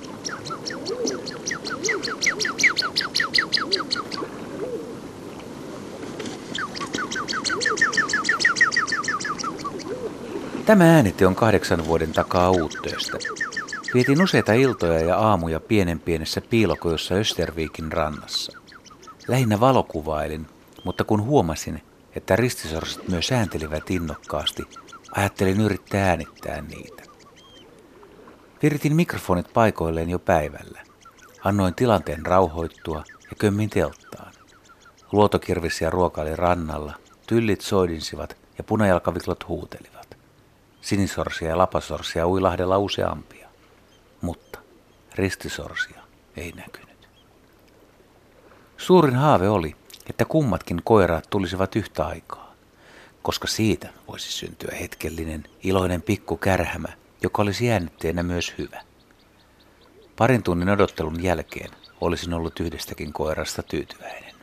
Tämä äänite on 8 vuoden takaa Uuttööstä. Vietin useita iltoja ja aamuja pienessä piilokojussa Östervikin rannassa. Lähinnä valokuvailin, mutta kun huomasin, että ristisorset myös ääntelivät innokkaasti, ajattelin yrittää äänittää niitä. Viritin mikrofonit paikoilleen jo päivällä. Annoin tilanteen rauhoittua ja kömmin telttaan. Luotokirvisiä ruokaili rannalla, tyllit soidinsivat ja punajalkaviklot huutelivat. Sinisorsia ja lapasorsia ui lahdella useampia, mutta ristisorsia ei näkynyt. Suurin haave oli, että kummatkin koiraat tulisivat yhtä aikaa, koska siitä voisi syntyä hetkellinen, iloinen pikku kärhämä, joka olisi jännitteenä myös hyvä. Parin tunnin odottelun jälkeen olisin ollut yhdestäkin koirasta tyytyväinen.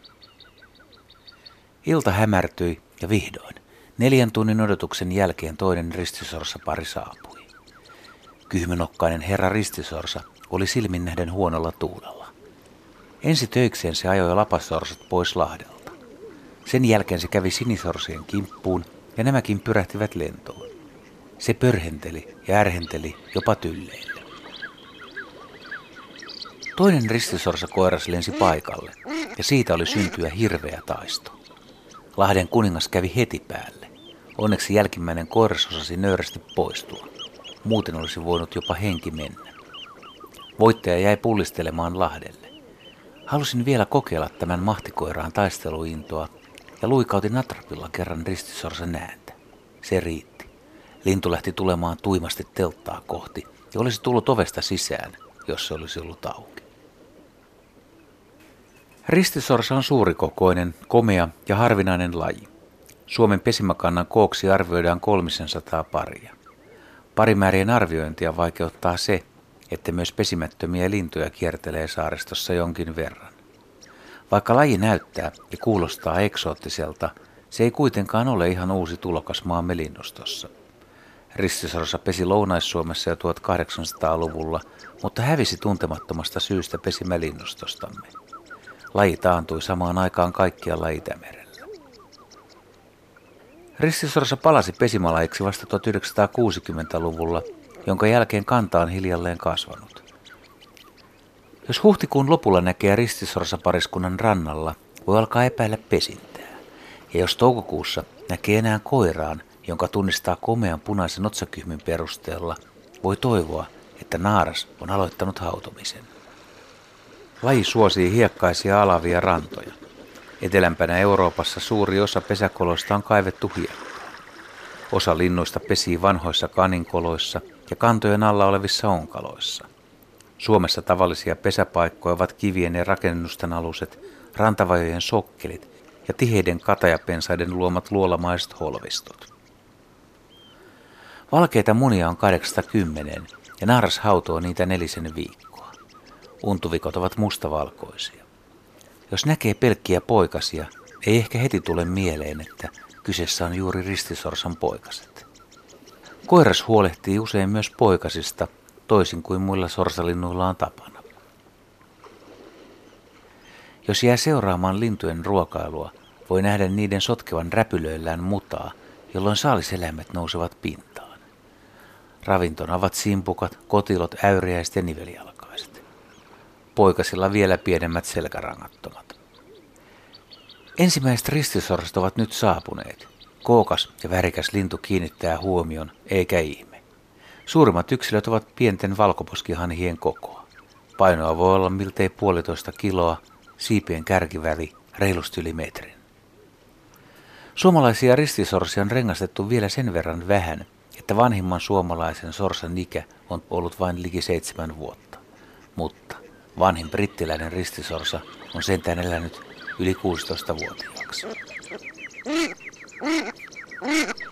Ilta hämärtyi ja vihdoin 4 tunnin odotuksen jälkeen toinen ristisorsapari saapui. Kyhmynokkainen herra ristisorsa oli silmin nähden huonolla tuulella. Ensi töikseen se ajoi lapasorsat pois lahdelta. Sen jälkeen se kävi sinisorsien kimppuun ja nämäkin pyrähtivät lentoon. Se pörhenteli ja ärhenteli jopa tylleille. Toinen ristisorsakoiras lensi paikalle ja siitä oli syntyä hirveä taisto. Lahden kuningas kävi heti päälle. Onneksi jälkimmäinen koiras osasi nöyrästi poistua. Muuten olisi voinut jopa henki mennä. Voittaja jäi pullistelemaan lahdelle. Halusin vielä kokeilla tämän mahtikoiraan taisteluintoa ja luikautin atrapilla kerran ristisorsan ääntä. Se riitti. Lintu lähti tulemaan tuimasti telttaa kohti ja olisi tullut ovesta sisään, jos se olisi ollut auki. Ristisorsa on suurikokoinen, komea ja harvinainen laji. Suomen pesimäkannan kooksi arvioidaan 300 paria. Parimäärien arviointia vaikeuttaa se, että myös pesimättömiä lintuja kiertelee saaristossa jonkin verran. Vaikka laji näyttää ja kuulostaa eksoottiselta, se ei kuitenkaan ole ihan uusi tulokas maamme linnustossa. Ristisorsa pesi Lounais-Suomessa jo 1800-luvulla, mutta hävisi tuntemattomasta syystä pesimälinnustostamme. Laji taantui samaan aikaan kaikkialla Itämerellä. Ristisorsa palasi pesimälajiksi vasta 1960-luvulla, jonka jälkeen kanta on hiljalleen kasvanut. Jos huhtikuun lopulla näkee ristisorsapariskunnan rannalla, voi alkaa epäillä pesintää. Ja jos toukokuussa näkee enää koiraan, jonka tunnistaa komean punaisen otsakyhmyn perusteella, voi toivoa, että naaras on aloittanut hautomisen. Laji suosii hiekkaisia alavia rantoja. Etelämpänä Euroopassa suuri osa pesäkoloista on kaivettu hiekkaan. Osa linnuista pesii vanhoissa kaninkoloissa ja kantojen alla olevissa onkaloissa. Suomessa tavallisia pesäpaikkoja ovat kivien ja rakennusten aluset, rantavajojen sokkelit ja tiheiden katajapensaiden luomat luolamaiset holvistot. Valkeita munia on 8-10 ja naaras hautoo niitä 4 viikkoa. Untuvikot ovat mustavalkoisia. Jos näkee pelkkiä poikasia, ei ehkä heti tule mieleen, että kyseessä on juuri ristisorsan poikaset. Koiras huolehtii usein myös poikasista, toisin kuin muilla sorsalinnuilla on tapana. Jos jää seuraamaan lintujen ruokailua, voi nähdä niiden sotkevan räpylöillään mutaa, jolloin saaliseläimet nousevat pintaan. Ravintona ovat simpukat, kotilot, äyriäiset ja nivelijalkaiset. Poikasilla vielä pienemmät selkärangattomat. Ensimmäiset ristisorsat ovat nyt saapuneet. Kookas ja värikäs lintu kiinnittää huomion, eikä ihme. Suurimmat yksilöt ovat pienten valkoposkihanhien kokoa. Painoa voi olla miltei 1,5 kiloa, siipien kärkiväli reilusti yli metrin. Suomalaisia ristisorsia on rengastettu vielä sen verran vähän, että vanhimman suomalaisen sorsan ikä on ollut vain liki 7 vuotta. Mutta vanhin brittiläinen ristisorsa on sentään elänyt yli 16-vuotiaaksi.